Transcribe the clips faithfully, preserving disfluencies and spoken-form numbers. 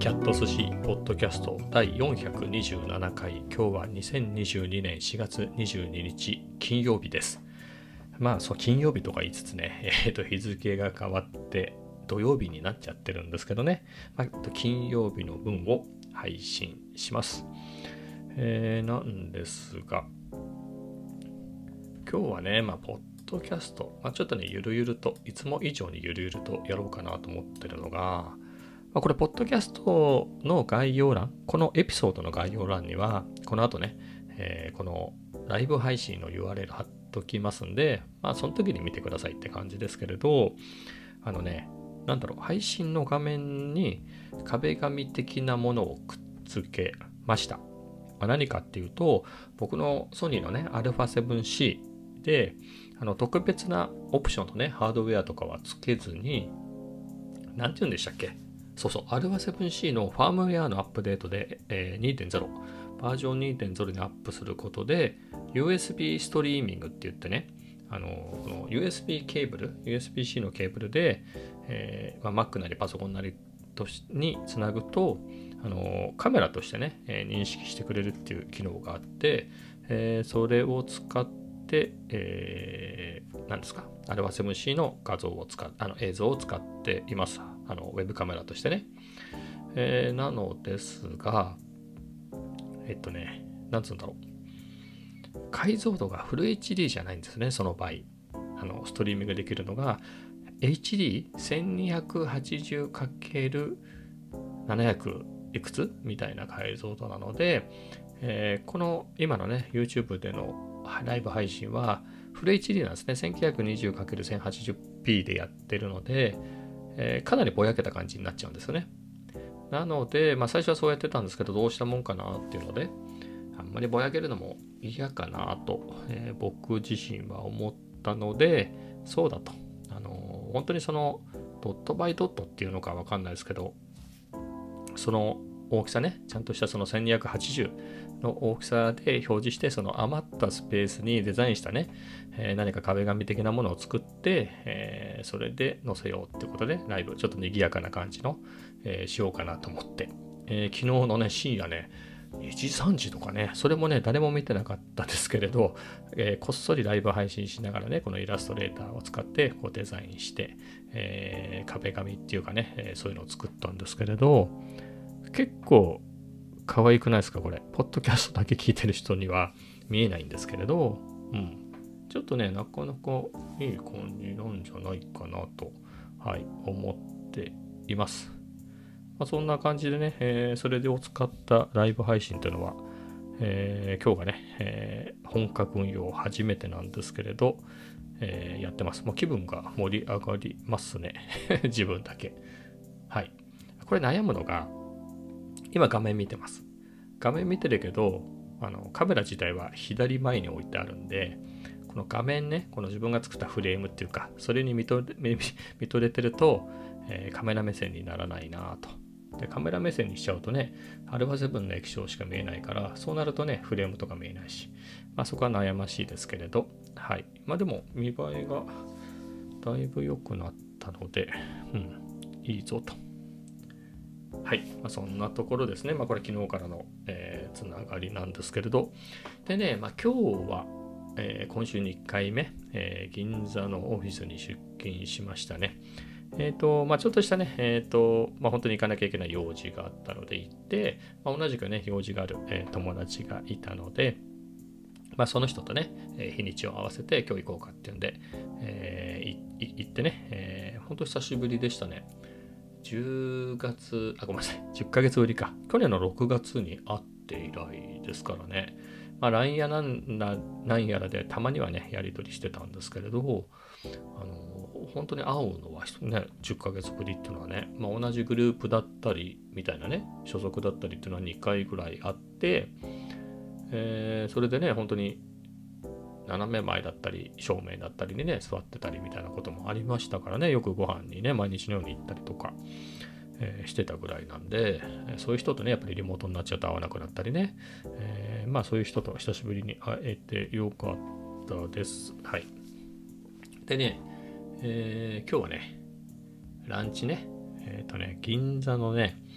キャット寿司ポッドキャストだいよんひゃくにじゅうななかい。今日はにせんにじゅうにねんしがつにじゅうににち金曜日です。まあそう金曜日とか言いつつね、えー、と日付が変わって土曜日になっちゃってるんですけどね、まあ、金曜日の分を配信します。えー、なんですが、今日はね、まあ、ポッドキャスト、まあ、ちょっとね、ゆるゆると、いつも以上にゆるゆるとやろうかなと思ってるのが、まあ、これ、ポッドキャストの概要欄、このエピソードの概要欄には、この後ね、えー、このライブ配信の ユーアールエル 貼っときますんで、まあ、その時に見てくださいって感じですけれど、あのね、なんだろう、配信の画面に壁紙的なものをくっつけました。まあ、何かっていうと、僕のソニーのね、アルファセブンシー、で、あの特別なオプションとね、ハードウェアとかはつけずに、なんて言うんでしたっけ？そうそう、アルファセブンシー のファームウェアのアップデートで、えー、にてんゼロ、バージョン にてんゼロ にアップすることで、ユーエスビー ストリーミングって言ってね、あのこの ユーエスビー ケーブル、ユーエスビー-C のケーブルで、えーまあ、Mac なりパソコンなりとしにつなぐと、あのカメラとしてね、えー、認識してくれるっていう機能があって、えー、それを使ってで、えー、何ですか、アルファセブンシー の画像を使っあの映像を使っています。あのウェブカメラとしてね。えー、なのですが、えっとね、なんつうんだろう。解像度がフル エイチディー じゃないんですね、その場合。あのストリーミングできるのが エイチディーせんにひゃくはちじゅうかけるななひゃく いくつみたいな解像度なので、えー、この今のね、YouTube でのライブ配信はフル エイチディー なんですね。せんきゅうひゃくにじゅうかけるせんはちじゅうピー でやってるので、えー、かなりぼやけた感じになっちゃうんですよね。なので、まあ、最初はそうやってたんですけど、どうしたもんかなっていうので、あんまりぼやけるのも嫌かなと、えー、僕自身は思ったので、そうだと。あのー、本当にそのドットバイドットっていうのかわかんないですけど、その大きさね、ちゃんとしたそのせんにひゃくはちじゅうの大きさで表示して、その余ったスペースにデザインしたね、えー、何か壁紙的なものを作って、えー、それで載せようってことで、ライブちょっと賑やかな感じの、えー、しようかなと思って、えー、昨日のね、深夜ね、にじさんじとかね、それもね、誰も見てなかったですけれど、えー、こっそりライブ配信しながらね、このイラストレーターを使ってこうデザインして、えー、壁紙っていうかね、えー、そういうのを作ったんですけれど、結構可愛くないですかこれ。ポッドキャストだけ聞いてる人には見えないんですけれど、うん。ちょっとね、なかなかいい感じなんじゃないかなと、はい、思っています。まあ、そんな感じでね、えー、それを使ったライブ配信というのは、えー、今日がね、えー、本格運用初めてなんですけれど、えー、やってます。もう気分が盛り上がりますね。自分だけ。はい。これ悩むのが、今画面見てます。画面見てるけど、あのカメラ自体は左前に置いてあるんで、この画面ね、この自分が作ったフレームっていうか、それに見とれ見とれてると、えー、カメラ目線にならないなと。で、カメラ目線にしちゃうとね、アルファセブンの液晶しか見えないから、そうなるとね、フレームとか見えないし、まあそこは悩ましいですけれど、はい。まあでも、見栄えがだいぶ良くなったので、うん、いいぞと。はい、まあ、そんなところですね。まあ、これ昨日からの、えー、つながりなんですけれど。でね、まあ、今日は、えー、今週にいっかいめ、えー、銀座のオフィスに出勤しましたね。えっ、ー、と、まあ、ちょっとしたね、えっ、ー、と、まあ、本当に行かなきゃいけない用事があったので行って、まあ、同じくね、用事がある、えー、友達がいたので、まあ、その人とね、えー、日にちを合わせて今日行こうかっていうんで、えー、行ってね、えー、本当久しぶりでしたね。じゅうがつ、あ、ごめんなさい、じゅっかげつぶりか。去年のろくがつに会って以来ですからね。まあ、ライン やなんななんやらでたまにはね、やり取りしてたんですけれど、あの、本当に会うのはね、じゅっかげつぶりっていうのはね、まあ、同じグループだったり、みたいなね、所属だったりっていうのはにかいぐらいあって、えー、それでね、本当に斜め前だったり正面だったりにね座ってたりみたいなこともありましたからね、よくご飯にね毎日のように行ったりとか、えー、してたぐらいなんで、そういう人とねやっぱりリモートになっちゃうと会わなくなったりね、えー、まあそういう人と久しぶりに会えてよかったです。はい。でね、えー、今日はねランチねえっ、ー、とね銀座のね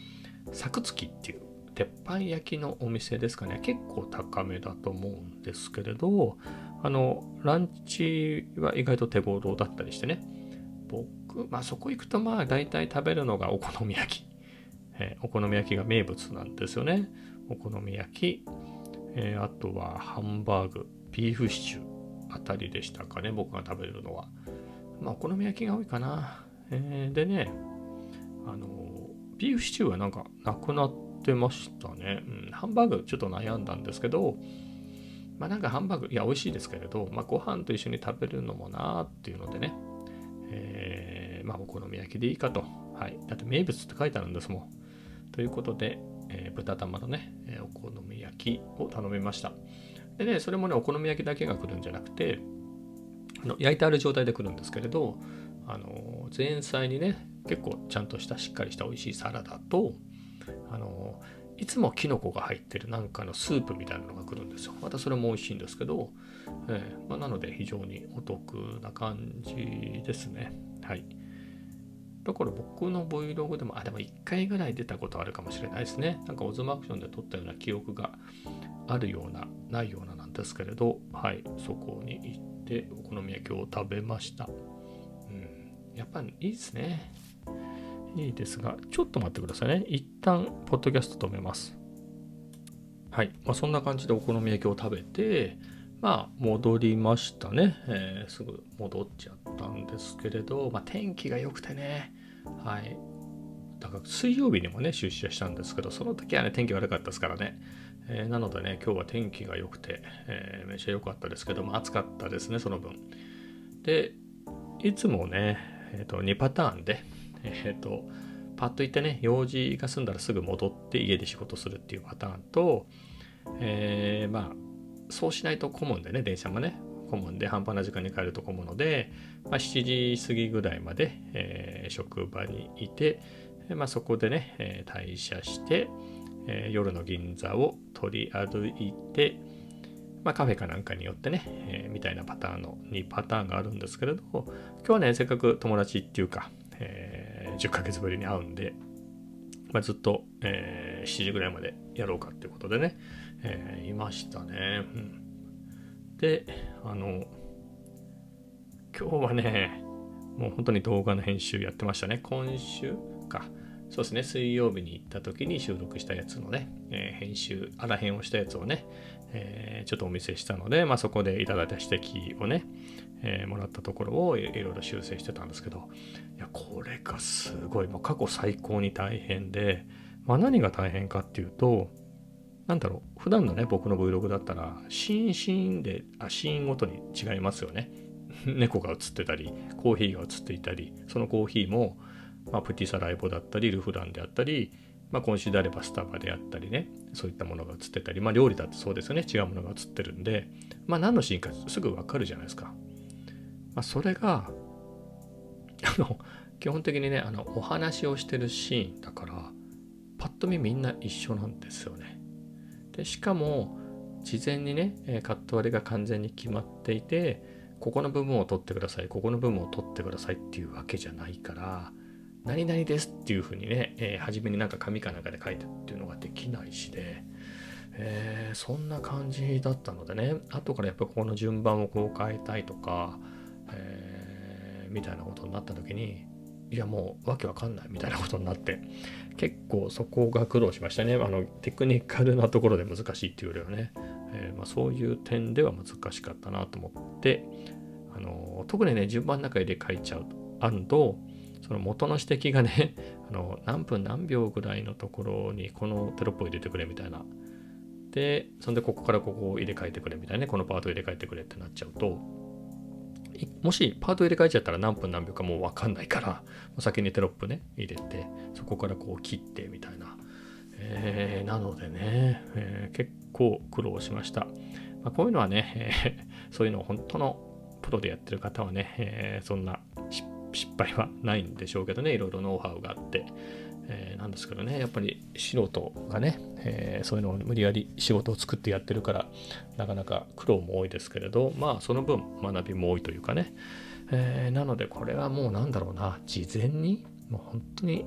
作付きっていう鉄板焼きのお店ですかね。結構高めだと思うんですけれど、あのランチは意外と手頃だったりしてね。僕、まあそこ行くとまあ大体食べるのがお好み焼き、えー、お好み焼きが名物なんですよね。お好み焼き、えー、あとはハンバーグ、ビーフシチューあたりでしたかね、僕が食べるのは。まあお好み焼きが多いかな。えー、でね、あのビーフシチューはなんかなくなってましたね。うん、ハンバーグちょっと悩んだんですけど、まあなんかハンバーグ、いや美味しいですけれど、まあご飯と一緒に食べるのもなーっていうのでね、えー、まあお好み焼きでいいかと。はい。だって名物って書いてあるんですもん。ということで、えー、豚玉のね、えー、お好み焼きを頼みました。でね、それもね、お好み焼きだけが来るんじゃなくて、あの焼いてある状態で来るんですけれど、あの前菜にね、結構ちゃんとしたしっかりした美味しいサラダと、あのいつもキノコが入ってるなんかのスープみたいなのが来るんですよ。またそれも美味しいんですけど、えーまあ、なので非常にお得な感じですね。はい。だから僕の Vlog でも、あ、でもいっかいぐらい出たことあるかもしれないですね。なんかオズマアクションで撮ったような記憶があるような、ないようななんですけれど、はい、そこに行ってお好み焼きを食べました。うん、やっぱりいいですね。いいですが、ちょっと待ってくださいね。一旦、ポッドキャスト止めます。はい、まあ、そんな感じでお好み焼きを食べて、まあ、戻りましたね、えー。すぐ戻っちゃったんですけれど、まあ、天気が良くてね、はい。だから水曜日にもね、出社したんですけど、その時はね、天気悪かったですからね。えー、なのでね、今日は天気が良くて、えー、めちゃ良かったですけども、暑かったですね、その分。で、いつもね、えーと、にパターンで、えーと、パッと行ってね、用事が済んだらすぐ戻って家で仕事するっていうパターンと、えー、まあ、そうしないと混むんでね、電車もね、混むんで半端な時間に帰ると混むので、まあ、しちじ過ぎぐらいまで、えー、職場にいて、まあ、そこでね、えー、退社して、えー、夜の銀座を取り歩いて、まあ、カフェかなんかによってね、えー、みたいなパターンのにパターンがあるんですけれど、今日はね、せっかく友達っていうか、えー、じゅっかげつぶりに会うんで、まあ、ずっと、えー、しちじぐらいまでやろうかっていうことでね、えー、いましたね。うん、で、あの、今日はね、もう本当に動画の編集やってましたね。今週か。そうですね、水曜日に行った時に収録したやつのね、えー、編集、あら編をしたやつをね、えー、ちょっとお見せしたので、まあ、そこでいただいた指摘をね、えー、もらったところをいろいろ修正してたんですけど、いや、これがすごい、もう過去最高に大変で、まあ、何が大変かっていうと、なんだろう、普段のね、僕の Vlog だったら、シーンシーンで、あ、シーンごとに違いますよね。猫が映ってたり、コーヒーが映っていたり、そのコーヒーも、まあ、プティサライボだったり、ルフランであったり、まあ、今週であればスタバであったりね、そういったものが映ってたり、まあ、料理だってそうですよね、違うものが映ってるんで、まあ、何のシーンかすぐわかるじゃないですか。まあ、それが、あの、基本的にね、あの、お話をしてるシーンだから、パッと見みんな一緒なんですよね。で、しかも、事前にね、カット割りが完全に決まっていて、ここの部分を取ってください、ここの部分を取ってくださいっていうわけじゃないから、何々ですっていうふうにね、えー、初めになんか紙かなんかで書いてっていうのができないしで、えー、そんな感じだったのでね、後からやっぱここの順番をこう変えたいとか、えー、みたいなことになった時に、いやもうわけわかんないみたいなことになって、結構そこが苦労しましたね。あのテクニカルなところで難しいっていうよりはね、えーまあ、そういう点では難しかったなと思って、あの特にね順番の中で書いちゃうと、その元の指摘がねあの何分何秒ぐらいのところにこのテロップを入れてくれみたいな、でそんでここからここを入れ替えてくれみたいなね、このパートを入れ替えてくれってなっちゃうと、もしパート入れ替えちゃったら何分何秒かもう分かんないから、先にテロップね入れて、そこからこう切ってみたいな、えー、なのでね、えー、結構苦労しました。まあ、こういうのはね、えー、そういうのを本当のプロでやってる方はね、えー、そんな失敗はないんでしょうけどね、いろいろノウハウがあって、えー、なんですけどね、やっぱり素人がね、えー、そういうのを無理やり仕事を作ってやってるから、なかなか苦労も多いですけれど、まあその分学びも多いというかね、えー、なのでこれはもうなんだろうな、事前にもう本当に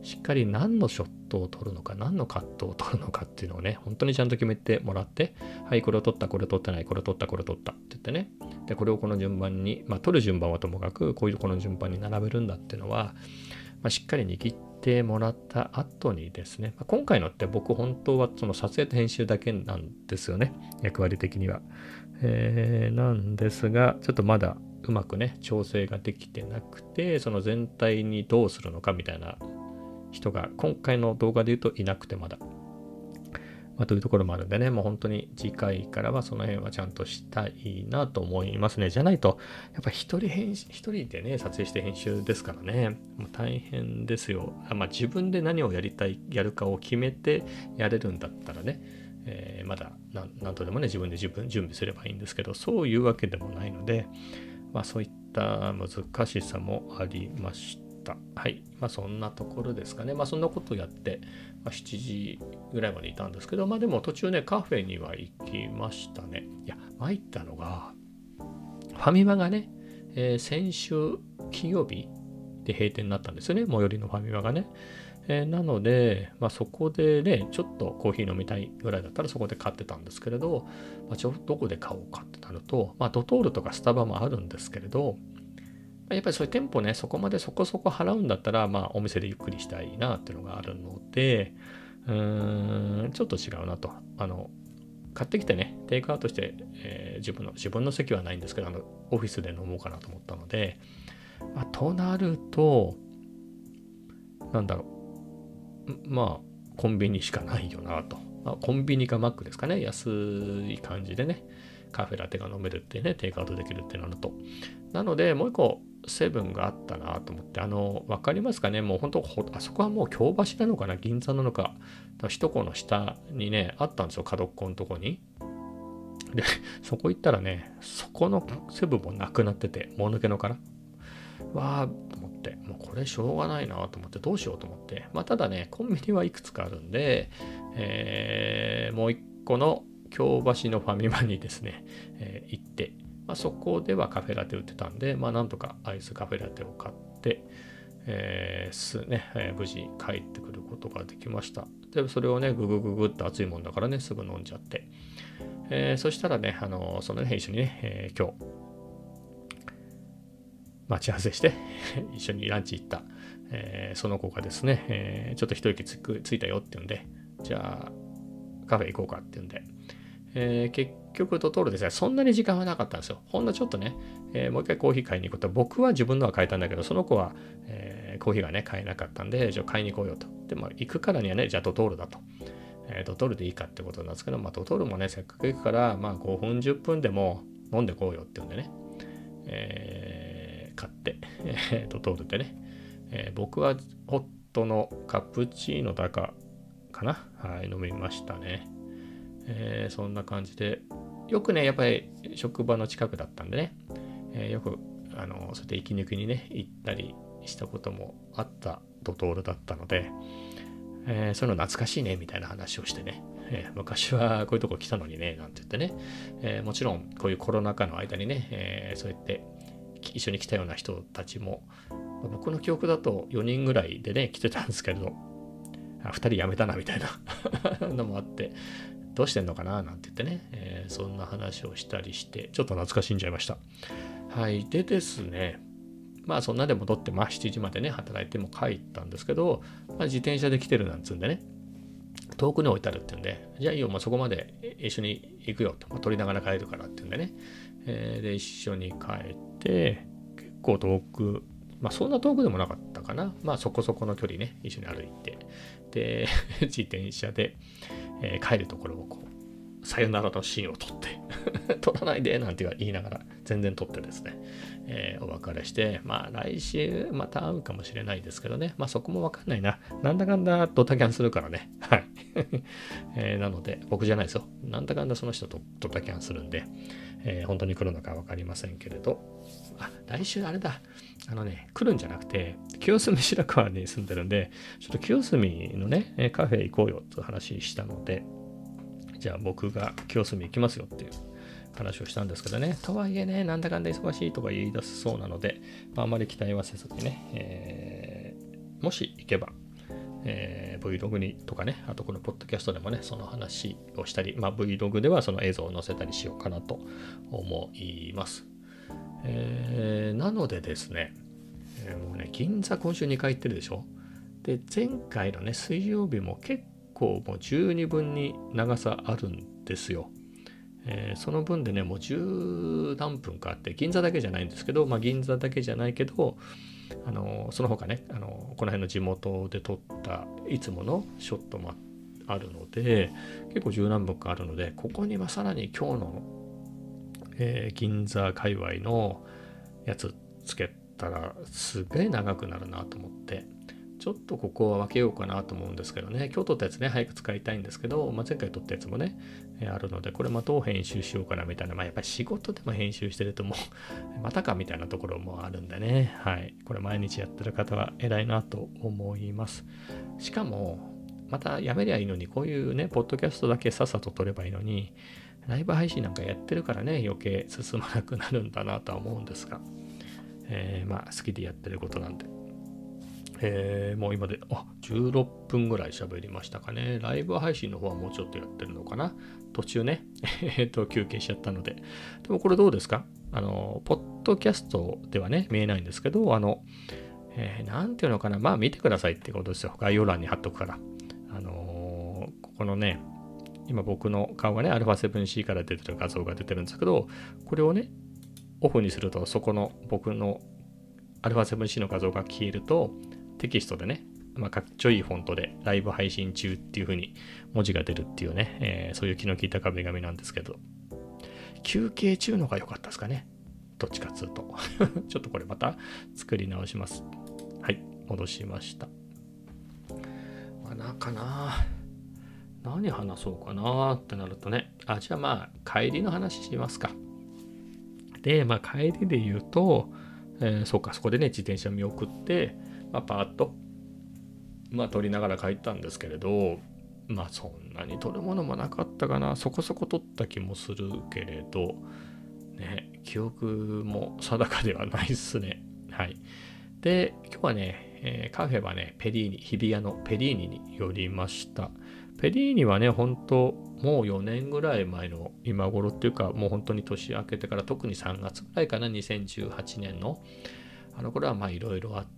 しっかり何のショットを取るのか、何のカットを取るのかっていうのをね、本当にちゃんと決めてもらって、はい、これを取った、これを取ってない、これを取った、これを取ったって言ってね、で、これをこの順番に、まあ、取る順番はともかく、こういうこの順番に並べるんだっていうのは、まあ、しっかり握ってもらった後にですね、まあ、今回のって僕本当はその撮影と編集だけなんですよね、役割的には。えー、なんですが、ちょっとまだうまくね、調整ができてなくて、その全体にどうするのかみたいな人が今回の動画で言うといなくてまだ。まあ、というところもあるんでね、もう本当に次回からはその辺はちゃんとしたいなと思いますね。じゃないと、やっぱ一人編集、一人でね、撮影して編集ですからね、もう大変ですよ。まあ自分で何をやりたい、やるかを決めてやれるんだったらね、えー、まだ何とでもね、自分で自分準備すればいいんですけど、そういうわけでもないので、まあそういった難しさもありました。はい。まあそんなところですかね。まあそんなことやって、まあ、しちじぐらいまでいたんですけど、まあでも途中ね、カフェには行きましたね。いや、参ったのが、ファミマがね、えー、先週金曜日で閉店になったんですよね。最寄りのファミマがね。えー、なので、まあ、そこでね、ちょっとコーヒー飲みたいぐらいだったらそこで買ってたんですけれど、まあ、ちょどこで買おうかってなると、まあ、ドトールとかスタバもあるんですけれど、やっぱりそういう店舗ね、そこまでそこそこ払うんだったら、まあ、お店でゆっくりしたいなっていうのがあるので、うーん、ちょっと違うなと。あの、買ってきてね、テイクアウトして、えー、自分の、自分の席はないんですけど、あの、オフィスで飲もうかなと思ったので、まあ、となると、なんだろう。まあ、コンビニしかないよなと。まあ、コンビニかマックですかね。安い感じでね、カフェラテが飲めるってね、テイクアウトできるってなると。なので、もう一個、セブンがあったなと思って、あの、わかりますかね、もう本当、あそこはもう京橋なのかな、銀座なのか、首都高の下にね、あったんですよ、角っこのとこに。で、そこ行ったらね、そこのセブンもなくなってて、もぬけの殻。わーと思って、もうこれしょうがないなと思って、どうしようと思って、まあ、ただね、コンビニはいくつかあるんで、えー、もう一個の京橋のファミマにですね、えー、行って、まあ、そこではカフェラテ売ってたんで、まあ、なんとかアイスカフェラテを買って、えーすねえー、無事帰ってくることができました。で、それをね、ぐぐぐぐっと熱いもんだからね、すぐ飲んじゃって。えー、そしたらね、あのー、そのね、一緒にね、えー、今日、待ち合わせして一緒にランチ行った、えー、その子がですね、えー、ちょっと一息つくついたよって言うんで、じゃあカフェ行こうかって言うんで、えー、結局ドトールですね、そんなに時間はなかったんですよ。ほんのちょっとね、えー、もう一回コーヒー買いに行くと、僕は自分のは買えたんだけど、その子は、えー、コーヒーがね、買えなかったんで、じゃあ買いに行こうよと。でも行くからにはね、じゃあドトールだと。えー、ドトールでいいかってことなんですけど、まあドトールもね、せっかく行くから、まあごふんじゅっぷんでも飲んでこうよって言うんでね。えー買って、えー、ドトールでね、えー、僕はホットのカプチーノだかかな、はい、飲みましたね、えー、そんな感じで、よくね、やっぱり職場の近くだったんでね、えー、よくあのそうやって息抜きにね行ったりしたこともあったドトールだったので、えー、そういうの懐かしいねみたいな話をしてね、えー、昔はこういうとこ来たのにねなんて言ってね、えー、もちろんこういうコロナ禍の間にね、えー、そうやって一緒に来たような人たちも、僕の記憶だとよにんぐらいでね来てたんですけど、ふたり辞めたなみたいなのもあって、どうしてんのかななんて言ってね、えー、そんな話をしたりしてちょっと懐かしんじゃいました。はい。でですね、まあそんなで戻って、まあしちじまでね働いても帰ったんですけど、まあ、自転車で来てるなんつうんでね、遠くに置いてあるっていうんで、じゃあいいよ、まあ、そこまで一緒に行くよと、まあ、撮りながら帰るからっていうんでね、えー、で一緒に帰って、結構遠く、まあそんな遠くでもなかったかな、まあそこそこの距離ね一緒に歩いて、で自転車で、えー、帰るところをこうさよならのシーンを撮って撮らないでなんて言いながら全然撮ってですね、えー、お別れして、まあ来週また会うかもしれないですけどね、まあそこもわかんないな、なんだかんだドタキャンするからね、はい、えー、なので僕じゃないですよ、なんだかんだその人とドタキャンするんで、えー、本当に来るのかわかりませんけれど、あ、来週あれだ、あのね、来るんじゃなくて、清澄白河に住んでるんで、ちょっと清澄のね、カフェ行こうよって話したので、じゃあ僕が清澄行きますよっていう話をしたんですけどね、とはいえね、なんだかんだ忙しいとか言い出すそうなので、まあ、あまり期待はせずにね、えー、もし行けば、 えー、Vlog にとかね、あとこのポッドキャストでもね、その話をしたり、まあ、Vlog ではその映像を載せたりしようかなと思います。えー、なのでですね、えー、もうね、銀座今週にかい行ってるでしょ。で、前回のね、水曜日も結構もう十二分に長さあるんですよ。えー、その分でね、もう十何分かあって、銀座だけじゃないんですけど、まあ銀座だけじゃないけど、あのその他ね、あのこの辺の地元で撮ったいつものショットもあるので、結構十何分かあるので、ここにはさらに今日の、えー、銀座界隈のやつつけたらすげえ長くなるなと思って、ちょっとここは分けようかなと思うんですけどね。今日撮ったやつね、早く使いたいんですけど、まあ、前回撮ったやつもね、えー、あるので、これまた編集しようかなみたいな、まあ、やっぱり仕事でも編集してるともう、またかみたいなところもあるんでね。はい。これ毎日やってる方は偉いなと思います。しかも、またやめりゃいいのに、こういうね、ポッドキャストだけさっさと撮ればいいのに、ライブ配信なんかやってるからね、余計進まなくなるんだなとは思うんですが、えー、まあ好きでやってることなんで。えー、もう今であじゅうろっぷんぐらい喋りましたかね。ライブ配信の方はもうちょっとやってるのかな。途中ね、えっと休憩しちゃったので。でもこれどうですか？あの、ポッドキャストではね、見えないんですけど、あの、えー、なんていうのかな。まあ見てくださいってことですよ。概要欄に貼っとくから。あのー、ここのね、今僕の顔がね、アルファセブンシー から出てる画像が出てるんですけど、これをね、オフにすると、そこの僕の アルファセブンシー の画像が消えると、テキストでね、まあ、かっちょいいフォントでライブ配信中っていう風に文字が出るっていうね、えー、そういう気の利いた壁紙なんですけど、休憩中のが良かったですかね。どっちかっつうと。ちょっとこれまた作り直します。はい、戻しました。まあ、なんかな何話そうかなってなるとね、あ、じゃあまあ、帰りの話しますか。で、まあ、帰りで言うと、えー、そうか、そこでね、自転車見送って、まあ、パーッと、まあ、撮りながら帰ったんですけれど、まあ、そんなに撮るものもなかったかな。そこそこ撮った気もするけれど、ね、記憶も定かではないっすね。はい。で、今日はね、えー、カフェはね、ペリーニ、日比谷のペリーニに寄りました。ペリーニはね、本当もうよねんぐらい前の今頃っていうか、もう本当に年明けてから特にさんがつぐらいかな、にせんじゅうはちねんの。あの頃はまあいろいろあって、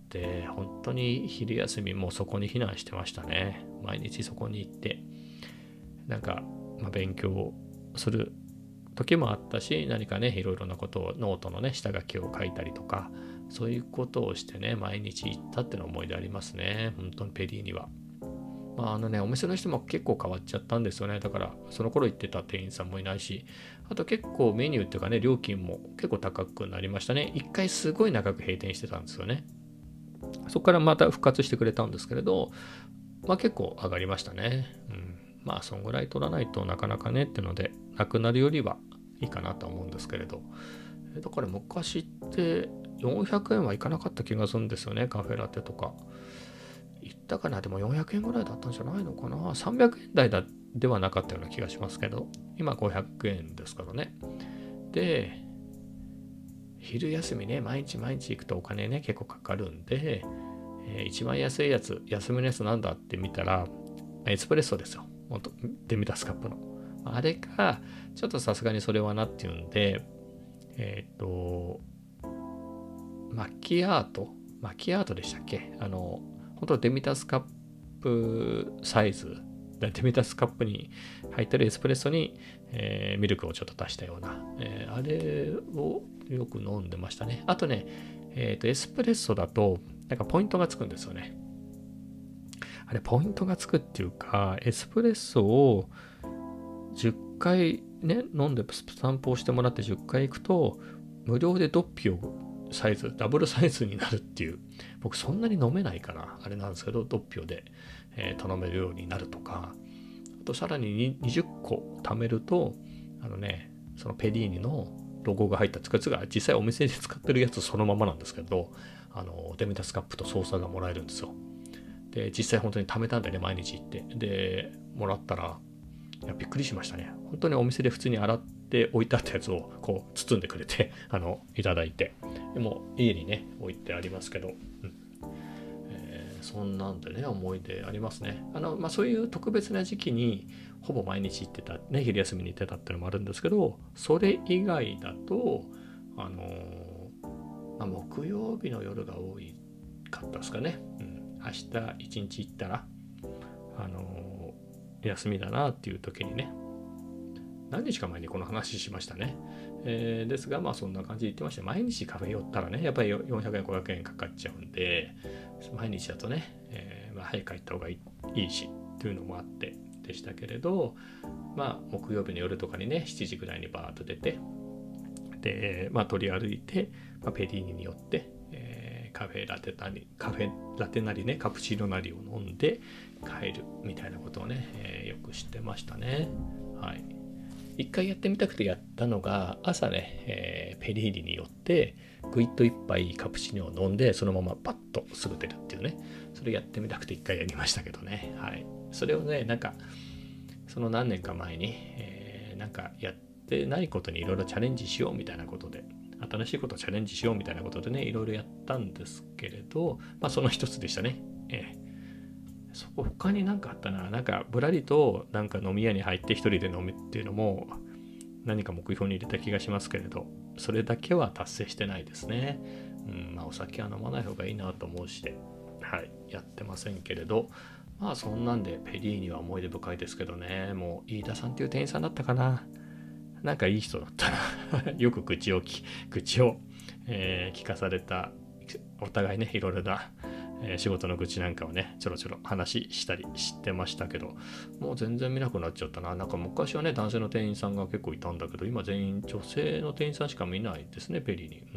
本当に昼休みもそこに避難してましたね。毎日そこに行って、なんか、まあ、勉強する時もあったし、何かね、いろいろなことをノートのね、下書きを書いたりとか、そういうことをしてね、毎日行ったっていうの思い出ありますね。本当にペリーには。まああのね、お店の人も結構変わっちゃったんですよね。だから、その頃行ってた店員さんもいないし、あと結構メニューっていうかね、料金も結構高くなりましたね。一回すごい長く閉店してたんですよね。そこからまた復活してくれたんですけれど、まあ結構上がりましたね。うん。まあそんぐらい取らないとなかなかねっていうので、なくなるよりはいいかなと思うんですけれど。だから昔ってよんひゃくえんはいかなかった気がするんですよね。カフェラテとか。いったかな。でもよんひゃくえんぐらいだったんじゃないのかな。さんびゃくえん台だではなかったような気がしますけど、今ごひゃくえんですからね。で、昼休みね、毎日毎日行くとお金ね、結構かかるんで、えー、一番安いやつ、休みのやつなんだって見たら、エスプレッソですよ。デミタスカップの。あれか、ちょっとさすがにそれはなっていうんで、えっと、マキアートマキアートでしたっけ？あの、本当デミタスカップサイズ、デミタスカップに入ってるエスプレッソに、えー、ミルクをちょっと足したような、えー、あれをよく飲んでましたね。あとね、えっと、エスプレッソだと、なんかポイントがつくんですよね。あれ、ポイントがつくっていうか、エスプレッソをじゅっかいね、飲んで散歩をしてもらってじゅっかい行くと、無料でドッピをサイズ、ダブルサイズになるっていう、僕そんなに飲めないから、あれなんですけど、ドッピオで、えー、頼めるようになるとか、あとさらににじゅっこ貯めると、あのね、そのペリーニのロゴが入ったやつが実際お店で使ってるやつそのままなんですけど、あのデミタスカップとソーサーがもらえるんですよ。で、実際本当に貯めたんでね、毎日行って。で、もらったら、いやびっくりしましたね。本当にお店で普通に洗って置いてあったやつをこう包んでくれて、あの、いただいて。でも家にね、置いてありますけど、うんえー、 そんなんでね、思い出ありますね。あの、まあ、そういう特別な時期にほぼ毎日行ってた、ね、昼休みに行ってたっていうのもあるんですけど、それ以外だと、あのーまあ、木曜日の夜が多いかったですかね。うん、明日一日行ったら、あのー休みだなっていう時にね、何日か前にこの話しましたね。えー、ですが、まあそんな感じで言ってました。毎日カフェ寄ったらね、やっぱりよんひゃくえん、ごひゃくえんかかっちゃうんで、毎日だとね、えーまあ、早く帰った方がいい、いいし、というのもあってでしたけれど、まあ木曜日の夜とかにね、しちじぐらいにバーッと出て、で、まあ取り歩いて、まあ、ペリーニに寄って、えー、カフェラテなり、カフェラテなりね、カプチーノなりを飲んで帰るみたいなことをね、えー、よく知ってましたね。はい。一回やってみたくてやったのが、朝ね、えー、ペリーニに寄ってグイッと一杯カプチーノを飲んで、そのままパッとすぐ出るっていうね、それやってみたくて一回やりましたけどね。はい。それをね、なんかその何年か前に、えー、なんかやってないことにいろいろチャレンジしようみたいなことで、新しいことをチャレンジしようみたいなことでね、いろいろやったんですけれど、まあその一つでしたね。えーそこ他に何かあったな。なんかぶらりとなんか飲み屋に入って一人で飲むっていうのも何か目標に入れた気がしますけれど、それだけは達成してないですね。うん、まあお酒は飲まない方がいいなと思うしで、はい、やってませんけれど、まあそんなんでペリーニは思い出深いですけどね。もう飯田さんっていう店員さんだったかな。なんかいい人だったな。よく口をき口を、えー聞かされた、お互いねいろいろなえー、仕事の愚痴なんかをねちょろちょろ話したりしてましたけど、もう全然見なくなっちゃったな。なんか昔はね男性の店員さんが結構いたんだけど、今全員女性の店員さんしか見ないですね、ペリーに。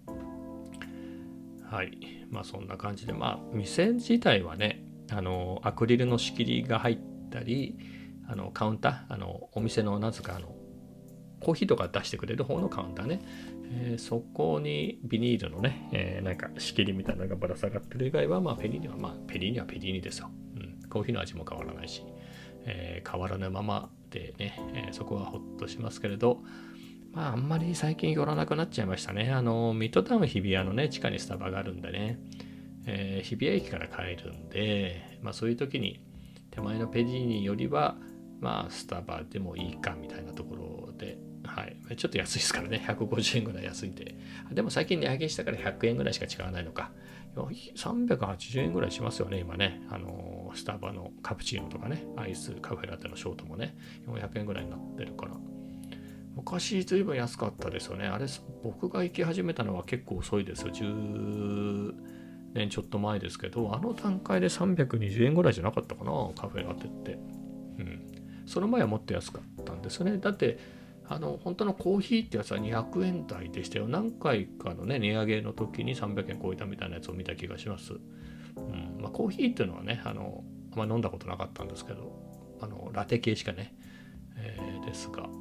うん、はい。まあそんな感じで、まあ店自体はね、あのアクリルの仕切りが入ったり、あのカウンター、あのお店のなぜかあのコーヒーとか出してくれる方のカウンターね、えー、そこにビニールのね、えー、なんか仕切りみたいなのがぶら下がってる以外は、まあペリーニはまあペリーニはペリーニですよ。うん、コーヒーの味も変わらないし、えー、変わらぬままでね、えー、そこはほっとしますけれど、まああんまり最近寄らなくなっちゃいましたね。あのミッドタウン日比谷のね地下にスタバがあるんでね、えー、日比谷駅から帰るんで、まあそういう時に手前のペリーニよりはまあスタバでもいいかみたいなところで、はい、ちょっと安いですからね、ひゃくごじゅうえんぐらい安いんで。でも最近値上げしたからひゃくえんぐらいしか違わないのか。さんびゃくはちじゅうえんぐらいしますよね、今ね。あのスタバのカプチーノとかね、アイスカフェラテのショートもね、よんひゃくえんぐらいになってるから。昔ずいぶん安かったですよね。あれ、僕が行き始めたのは結構遅いですよ。じゅうねんちょっと前ですけど、あの段階でさんびゃくにじゅうえんぐらいじゃなかったかな、カフェラテって。うん。その前はもっと安かったんですよね。だって、あの本当のコーヒーってやつはにひゃくえん台でしたよ。何回かのね値上げの時にさんびゃくえん超えたみたいなやつを見た気がします。うんまあ、コーヒーっていうのはね、あのあんまり飲んだことなかったんですけど、あのラテ系しかね、えー、ですが、うん、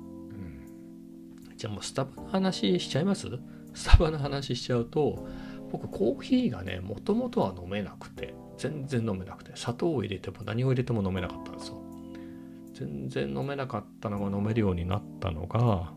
じゃあもうスタバの話しちゃいます？スタバの話しちゃうと、僕コーヒーがねもともとは飲めなくて、全然飲めなくて、砂糖を入れても何を入れても飲めなかったんですよ。全然飲めなかったのが飲めるようになったのが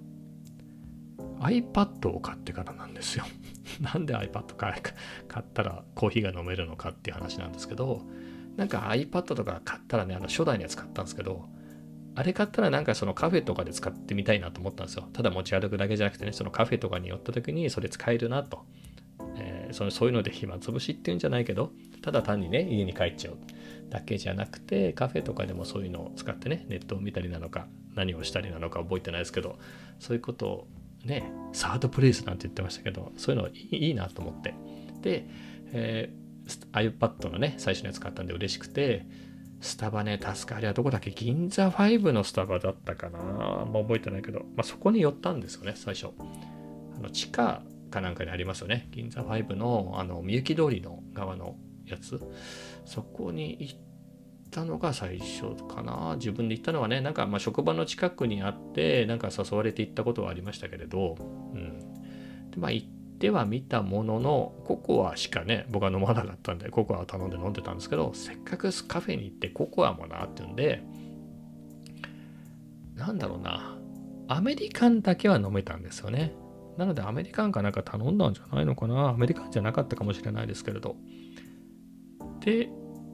iPad を買ってからなんですよ。なんで iPad 買ったらコーヒーが飲めるのかっていう話なんですけど、なんか iPad とか買ったらね、あの初代のやつ買ったんですけど、あれ買ったらなんかそのカフェとかで使ってみたいなと思ったんですよ。ただ持ち歩くだけじゃなくてね、そのカフェとかに寄った時にそれ使えるなと。えー、そのそういうので暇つぶしっていうんじゃないけど、ただ単にね家に帰っちゃうだけじゃなくて、カフェとかでもそういうのを使ってね、ネットを見たりなのか何をしたりなのか覚えてないですけど、そういうことをね、サードプレイスなんて言ってましたけど、そういうのいい、いいなと思って、で、えー、iPad のね最初のやつ買ったんで嬉しくて、スタバね、助かりはどこだっけ、銀座ファイブのスタバだったかな、あんま覚えてないけど、まあ、そこに寄ったんですよね最初。あの地下かなんかにありますよね、銀座ファイブのあのみゆき通りの側のやつ。そこに行ったのが最初かな。自分で行ったのはね、なんかまあ職場の近くにあって、なんか誘われて行ったことはありましたけれど、うん。でまあ行っては見たものの、ココアしかね、僕は飲まなかったんで、ココアを頼んで飲んでたんですけど、せっかくカフェに行ってココアもなっていうんで、なんだろうな、アメリカンだけは飲めたんですよね。なのでアメリカンかなんか頼んだんじゃないのかな。アメリカンじゃなかったかもしれないですけれど。で、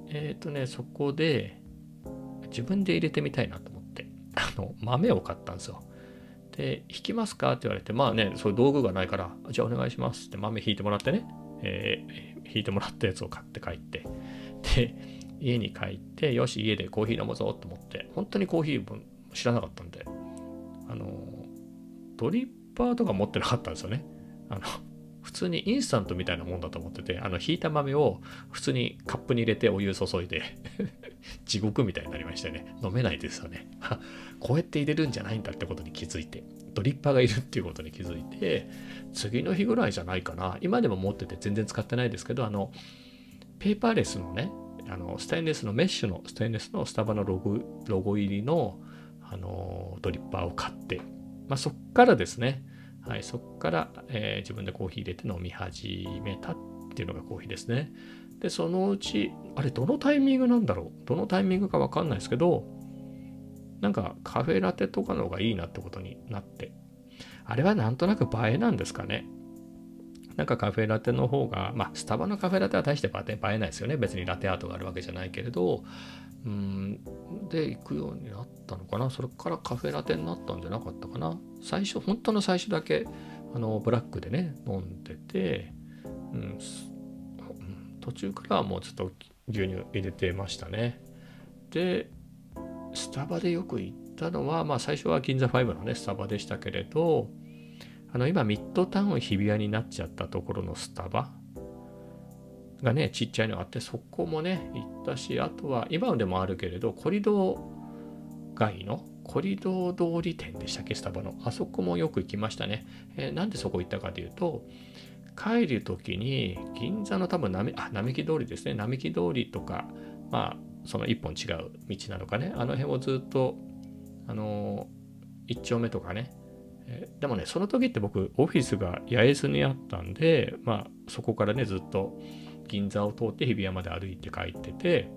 えっとね、そこで自分で入れてみたいなと思って、あの、豆を買ったんですよ。で、引きますかって言われて、まあね、そういう道具がないから、じゃあお願いしますって豆引いてもらってね、えー、引いてもらったやつを買って帰って、で、家に帰って、よし、家でコーヒー飲むぞと思って、本当にコーヒー分知らなかったんで、あの、ドリッパーとか持ってなかったんですよね。あの、普通にインスタントみたいなもんだと思ってて、あの、引いた豆を普通にカップに入れてお湯注いで、地獄みたいになりましたね。飲めないですよね。こうやって入れるんじゃないんだってことに気づいて、ドリッパーがいるっていうことに気づいて、次の日ぐらいじゃないかな。今でも持ってて全然使ってないですけど、あの、ペーパーレスのね、あのステンレスのメッシュのステンレスのスタバのロゴ、ロゴ入りの、あのドリッパーを買って、まあ、そっからですね、はい、そっから、えー、自分でコーヒー入れて飲み始めたっていうのがコーヒーですね。で、そのうち、あれ、どのタイミングなんだろうどのタイミングかわかんないですけど、なんかカフェラテとかの方がいいなってことになって、あれはなんとなく映えなんですかね。なんかカフェラテの方が、まあ、スタバのカフェラテは大して映えないですよね。別にラテアートがあるわけじゃないけれど、うん、で、行くようになったのかな。それからカフェラテになったんじゃなかったかな。最初、本当の最初だけ、あの、ブラックでね、飲んでて、うん、途中からはもうちょっと牛乳入れてましたね。で、スタバでよく行ったのは、まあ最初は銀座ファイブのね、スタバでしたけれど、あの今ミッドタウン日比谷になっちゃったところのスタバがね、ちっちゃいのがあって、そこもね、行ったし、あとは今でもあるけれど、コリドー街のコリドー通り店でしたっけ、スタバの。あそこもよく行きましたね。えー、なんでそこ行ったかというと、帰るときに銀座の多分並、あ、並木通りですね。並木通りとか、まあ、その一本違う道なのかね。あの辺をずっと、あのー、一丁目とかね。えー、でもね、その時って僕、オフィスが八重洲にあったんで、まあ、そこからね、ずっと銀座を通って日比谷まで歩いて帰ってて、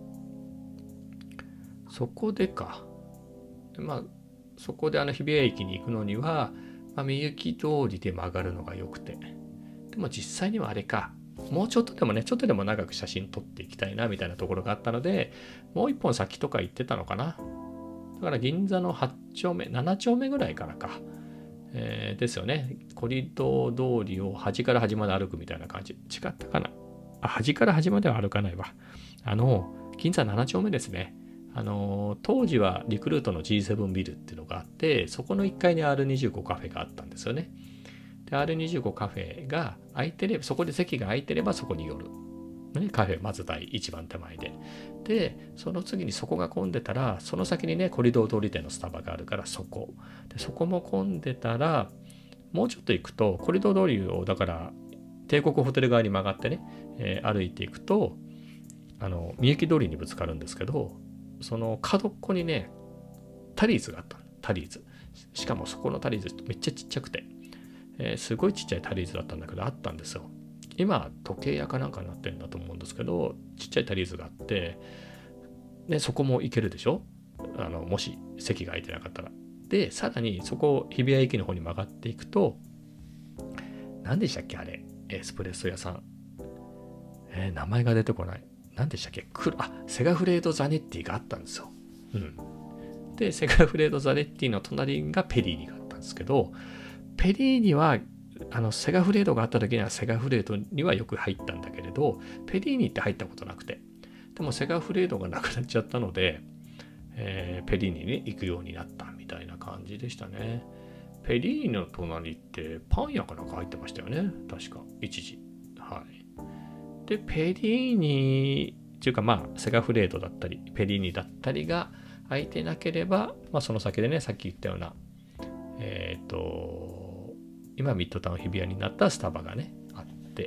そこでか。まあ、そこであの日比谷駅に行くのには、まあ、みゆき通りで曲がるのが良くて。でも実際にはあれか、もうちょっとでもね、ちょっとでも長く写真撮っていきたいなみたいなところがあったので、もう一本先とか行ってたのかな。だから銀座のはち丁目、なな丁目ぐらいからか。えー、ですよね。コリドー通りを端から端まで歩くみたいな感じ。違ったかな。あ、端から端までは歩かないわ。あの、銀座なな丁目ですね。あの、当時はリクルートの ジーセブン ビルっていうのがあって、そこのいっかいに アールにじゅうご カフェがあったんですよね。で、アールにじゅうご カフェが空いてれば、そこで席が空いてればそこに寄る。ね、カフェ、まず第一番手前で。で、その次にそこが混んでたら、その先にね、コリドー通り店のスタバがあるからそこ。で、そこも混んでたら、もうちょっと行くと、コリドー通りを、だから、帝国ホテル側に曲がってね、えー、歩いていくと、あの、みゆき通りにぶつかるんですけど、その角っこにね、タリーズがあった。タリーズ。しかもそこのタリーズめっちゃちっちゃくて、えー、すごいちっちゃいタリーズだったんだけど、あったんですよ。今、時計屋かなんかになってるんだと思うんですけど、ちっちゃいタリーズがあって、ね、そこも行けるでしょ？あの、もし席が空いてなかったら。で、さらにそこ、日比谷駅の方に曲がっていくと、何でしたっけあれ、エスプレッソ屋さん。えー、名前が出てこない。何でしたっけくあ、セガフレード・ザネッティがあったんですよ。うん。で、セガフレード・ザネッティの隣がペリーニがあったんですけど、ペリーニは、あの、セガフレードがあった時にはセガフレードにはよく入ったんだけれど、ペリーニって入ったことなくて。でもセガフレードがなくなっちゃったので、えー、ペリーニに行くようになったみたいな感じでしたね。ペリーニの隣ってパン屋かなんか入ってましたよね。確か、一時。はい。で、ペリーニっていうかまあ、セガフレードだったり、ペリーニだったりが空いてなければ、まあその先でね、さっき言ったような、えっと、今ミッドタウン日比谷になったスタバがね、あって、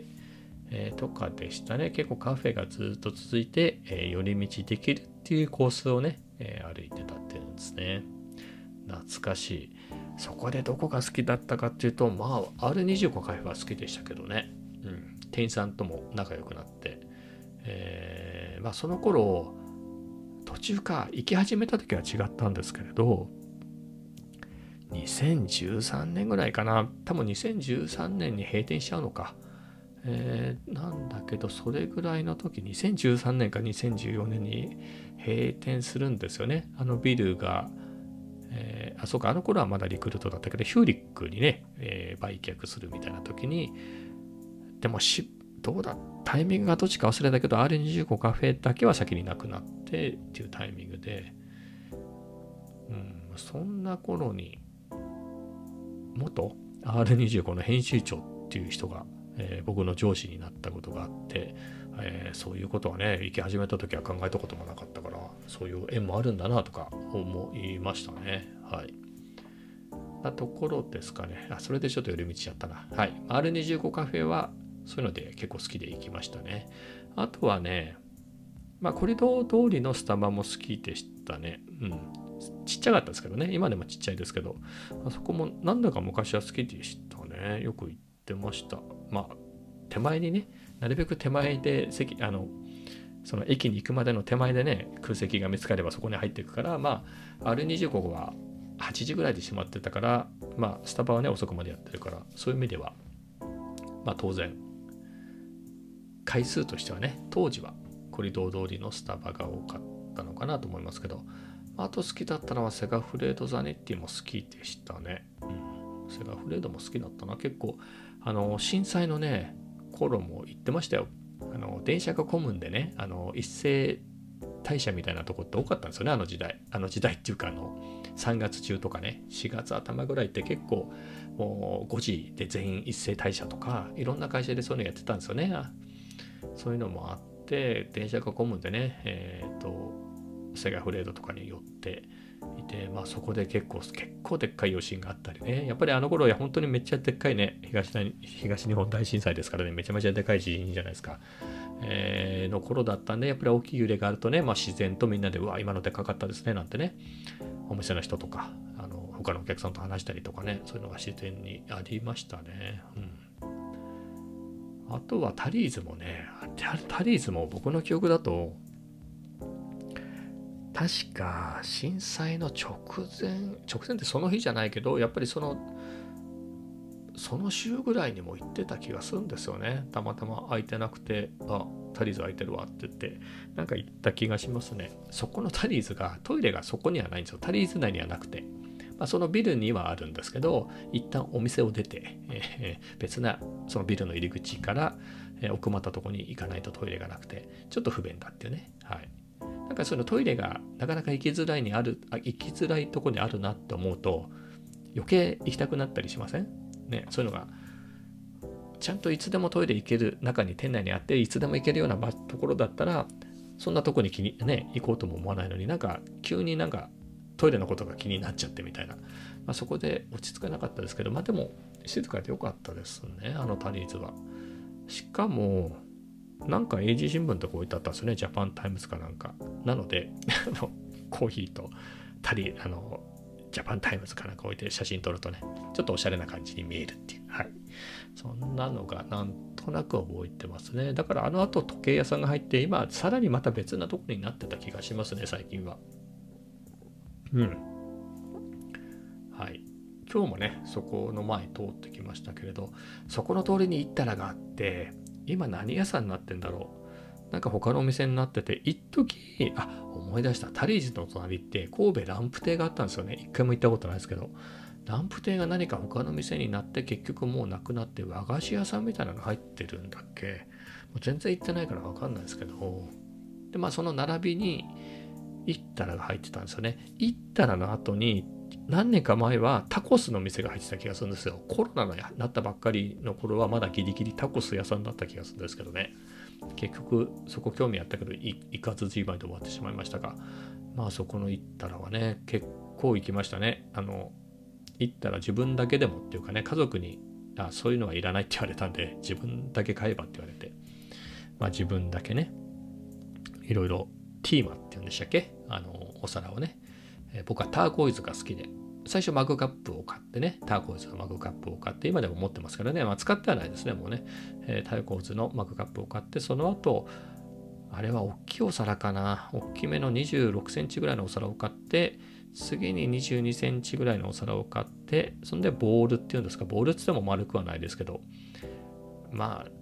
えー、とかでしたね。結構カフェがずっと続いて、えー、寄り道できるっていうコースをね、えー、歩いてたっていうんですね。懐かしい。そこでどこが好きだったかっていうと、まあ、アールにじゅうご カフェは好きでしたけどね。うん。店員さんとも仲良くなって。えー、まあ、その頃、途中か、行き始めた時は違ったんですけれど、にせんじゅうさんねんぐらいかな。多分にせんじゅうさんねんに閉店しちゃうのか。 えー、なんだけど、それぐらいの時、にせんじゅうさんねんかにせんじゅうよねんに閉店するんですよね。あのビルが、えー、あ、そうか、あの頃はまだリクルートだったけど、ヒューリックにね、えー、売却するみたいな時に、でもし、どうだ、タイミングがどっちか忘れたけど、アールにじゅうご カフェだけは先になくなってっていうタイミングで、うん、そんな頃に、元 アールにじゅうご の編集長っていう人が、えー、僕の上司になったことがあって、えー、そういうことはね、行き始めた時は考えたこともなかったから、そういう縁もあるんだなとか思いましたね。はい。なところですかね。あ、それでちょっと寄り道しちゃったな。はい。アールにじゅうご カフェは、そういうので結構好きで行きましたね。あとはね、まあ、コリドー通りのスタバも好きでしたね。うん。ちっちゃかったですけどね。今でもちっちゃいですけど、あそこもなんだか昔は好きでしたね。よく行ってました。まあ、手前にね、なるべく手前で席、あの、その駅に行くまでの手前でね、空席が見つかればそこに入っていくから、まあ、アールにじゅうご ははちじぐらいで閉まってたから、まあ、スタバはね、遅くまでやってるから、そういう意味では、まあ、当然、回数としてはね、当時はコリドー通りのスタバが多かったのかなと思いますけど、あと好きだったのはセガフレードザネッティも好きでしたね。うん、セガフレードも好きだったな。結構、あの、震災のね、頃も行ってましたよ。あの、電車が混むんでね、あの、一斉退社みたいなとこって多かったんですよね、あの時代。あの時代っていうか、あの、さんがつ中とかね、しがつ頭ぐらいって結構、もうごじで全員一斉退社とか、いろんな会社でそういうのやってたんですよね。そういうのもあって、電車が混むんでね、えっと、セガフレードとかに寄っていて、まあそこで結構、結構でっかい余震があったりね。やっぱりあの頃は本当にめっちゃでっかいね、東東日本大震災ですからね、めちゃめちゃでかい地震じゃないですか。えー、の頃だったんで、やっぱり大きい揺れがあるとね、まあ自然とみんなで、うわ、今のでかかったですね、なんてね、お店の人とか、あの、他のお客さんと話したりとかね、そういうのが自然にありましたね。うん。あとはタリーズもね、タリーズも僕の記憶だと、確か震災の直前、直前ってその日じゃないけど、やっぱりその、その週ぐらいにも行ってた気がするんですよね。たまたま空いてなくて、あ、タリーズ空いてるわって言って、なんか行った気がしますね。そこのタリーズが、トイレがそこにはないんですよ。タリーズ内にはなくて。まあ、そのビルにはあるんですけど、一旦お店を出て、えー、別なそのビルの入り口から、えー、奥まったところに行かないとトイレがなくて、ちょっと不便だっていうね。はい。なんかそのトイレがなかなか行きづらいにある、あ行きづらいところにあるなって思うと、余計行きたくなったりしませんね。そういうのが、ちゃんといつでもトイレ行ける中に店内にあって、いつでも行けるようなところだったら、そんなとこに気に、ね、行こうとも思わないのに、なんか急になんかトイレのことが気になっちゃってみたいな、まあ、そこで落ち着かなかったですけど、まあでも静かでよかったですね、あのタリーズは。しかもなんか英字新聞とか置いてあったんですよね、ジャパンタイムズかなんか。なのであのコーヒーとタリあのジャパンタイムズかなんか置いて写真撮るとね、ちょっとおしゃれな感じに見えるっていう、はい、そんなのがなんとなく覚えてますね。だからあの後時計屋さんが入って、今さらにまた別なところになってた気がしますね、最近は。うん。はい。今日もね、そこの前通ってきましたけれど、そこの通りに行ったらがあって、今何屋さんになってんだろう。なんか他のお店になってて、一時、あ、思い出した。タリーズの隣って神戸ランプ亭があったんですよね。一回も行ったことないですけど。ランプ亭が何か他の店になって結局もうなくなって和菓子屋さんみたいなの入ってるんだっけ。もう全然行ってないから分かんないですけど。で、まあその並びに、イッタラが入ってたんですよね。イッタラの後に何年か前はタコスの店が入ってた気がするんですよ。コロナになったばっかりの頃はまだギリギリタコス屋さんだった気がするんですけどね。結局そこ興味あったけど行かずじまいで終わってしまいましたが、まあそこのイッタラはね結構行きましたね。あの行ったら自分だけでもっていうかね、家族にあそういうのはいらないって言われたんで自分だけ買えばって言われて、まあ自分だけねいろいろティーマっていうんでしたっけ、あのお皿をね、えー、僕はターコイズが好きで、最初マグカップを買ってね、ターコイズのマグカップを買って、今でも持ってますからね、まあ、使ってはないですね、もうね、えー、ターコイズのマグカップを買って、その後、あれは大きいお皿かな、大きめのにじゅうろくセンチぐらいのお皿を買って、次ににじゅうにセンチぐらいのお皿を買って、そんでボールっていうんですか、ボールって言っても丸くはないですけど、まあ、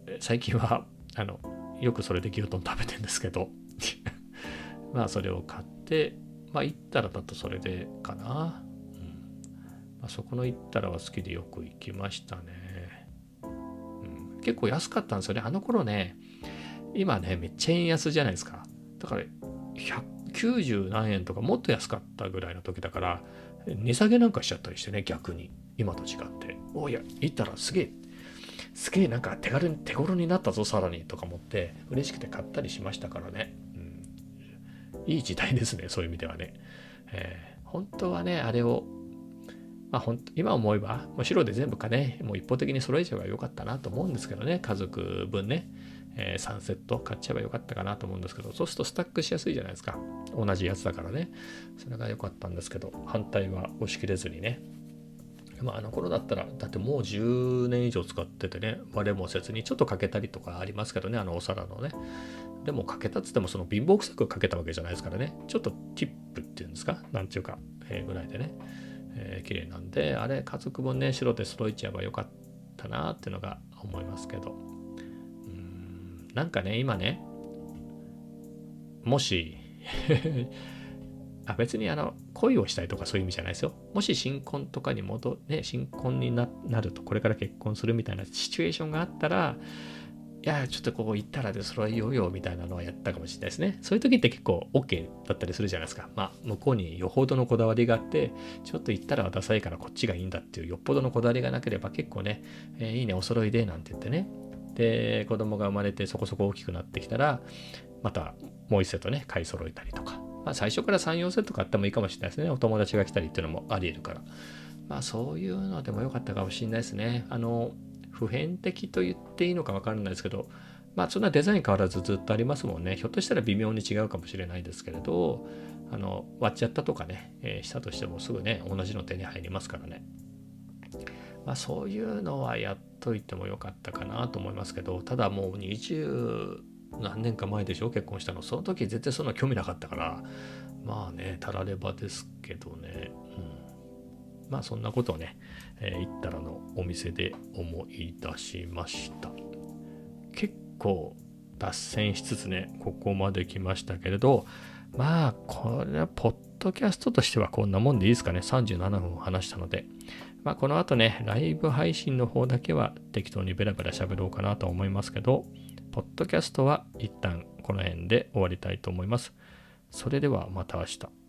最近はあのよくそれで牛丼食べてるんですけどまあそれを買ってまあ行ったらだとそれでかな、うんまあ、そこの行ったらは好きでよく行きましたね、うん、結構安かったんですよねあの頃ね。今ねめっちゃ円安じゃないですか。だからひゃくきゅうじゅう何円とかもっと安かったぐらいの時だから値下げなんかしちゃったりしてね、逆に今と違って、おいや行ったらすげえすげえなんか手軽に手頃になったぞさらにとか思って嬉しくて買ったりしましたからね、うん、いい時代ですねそういう意味ではね、えー、本当はねあれをまあ本当今思えばもう白で全部かねもう一方的に揃えちゃえばよかったなと思うんですけどね、家族分ね、えー、さんセット買っちゃえばよかったかなと思うんですけど、そうするとスタックしやすいじゃないですか、同じやつだからね。それが良かったんですけど反対は押し切れずにね。まあ、あの頃だったらだってもうじゅうねん以上使っててね、割れもせずにちょっと欠けたりとかありますけどね、あのお皿のね。でも欠けたっつってもその貧乏くさく欠けたわけじゃないですからね、ちょっとティップっていうんですか、なんていうか、えー、ぐらいでね、えー、綺麗なんで、あれ家族分ね白で揃えちゃえばよかったなっていうのが思いますけど、うーんなんかね今ねもしあ別にあの恋をしたいとかそういう意味じゃないですよ。もし新婚とかに戻ね新婚に な, なるとこれから結婚するみたいなシチュエーションがあったら、いやちょっとここ行ったらで揃えようよみたいなのはやったかもしれないですね。そういう時って結構 OK だったりするじゃないですか。まあ向こうによほどのこだわりがあってちょっと行ったらダサいからこっちがいいんだっていうよっぽどのこだわりがなければ結構ね、えー、いいねお揃いでなんて言ってね、で子供が生まれてそこそこ大きくなってきたらまたもう一セットね買い揃えたりとか、まあ、最初からさん、よんセット買ってもいいかもしれないですね。お友達が来たりっていうのもあり得るから。まあそういうのでもよかったかもしれないですね。あの、普遍的と言っていいのか分からないですけど、まあそんなデザイン変わらずずっとありますもんね。ひょっとしたら微妙に違うかもしれないですけれど、あの、割っちゃったとかね、えーしたとしてもすぐね、同じの手に入りますからね。まあそういうのはやっといてもよかったかなと思いますけど、ただもうにじゅう何年か前でしょ結婚したの。その時絶対そんな興味なかったからまあねたらればですけどね、うん、まあそんなことをね、えー、行ったらのお店で思い出しました。結構脱線しつつねここまで来ましたけれど、まあこれはポッドキャストとしてはこんなもんでいいですかね。さんじゅうななふん話したので、まあこの後ねライブ配信の方だけは適当にベラベラ喋ろうかなと思いますけど、ポッドキャストは一旦この辺で終わりたいと思います。それではまた明日。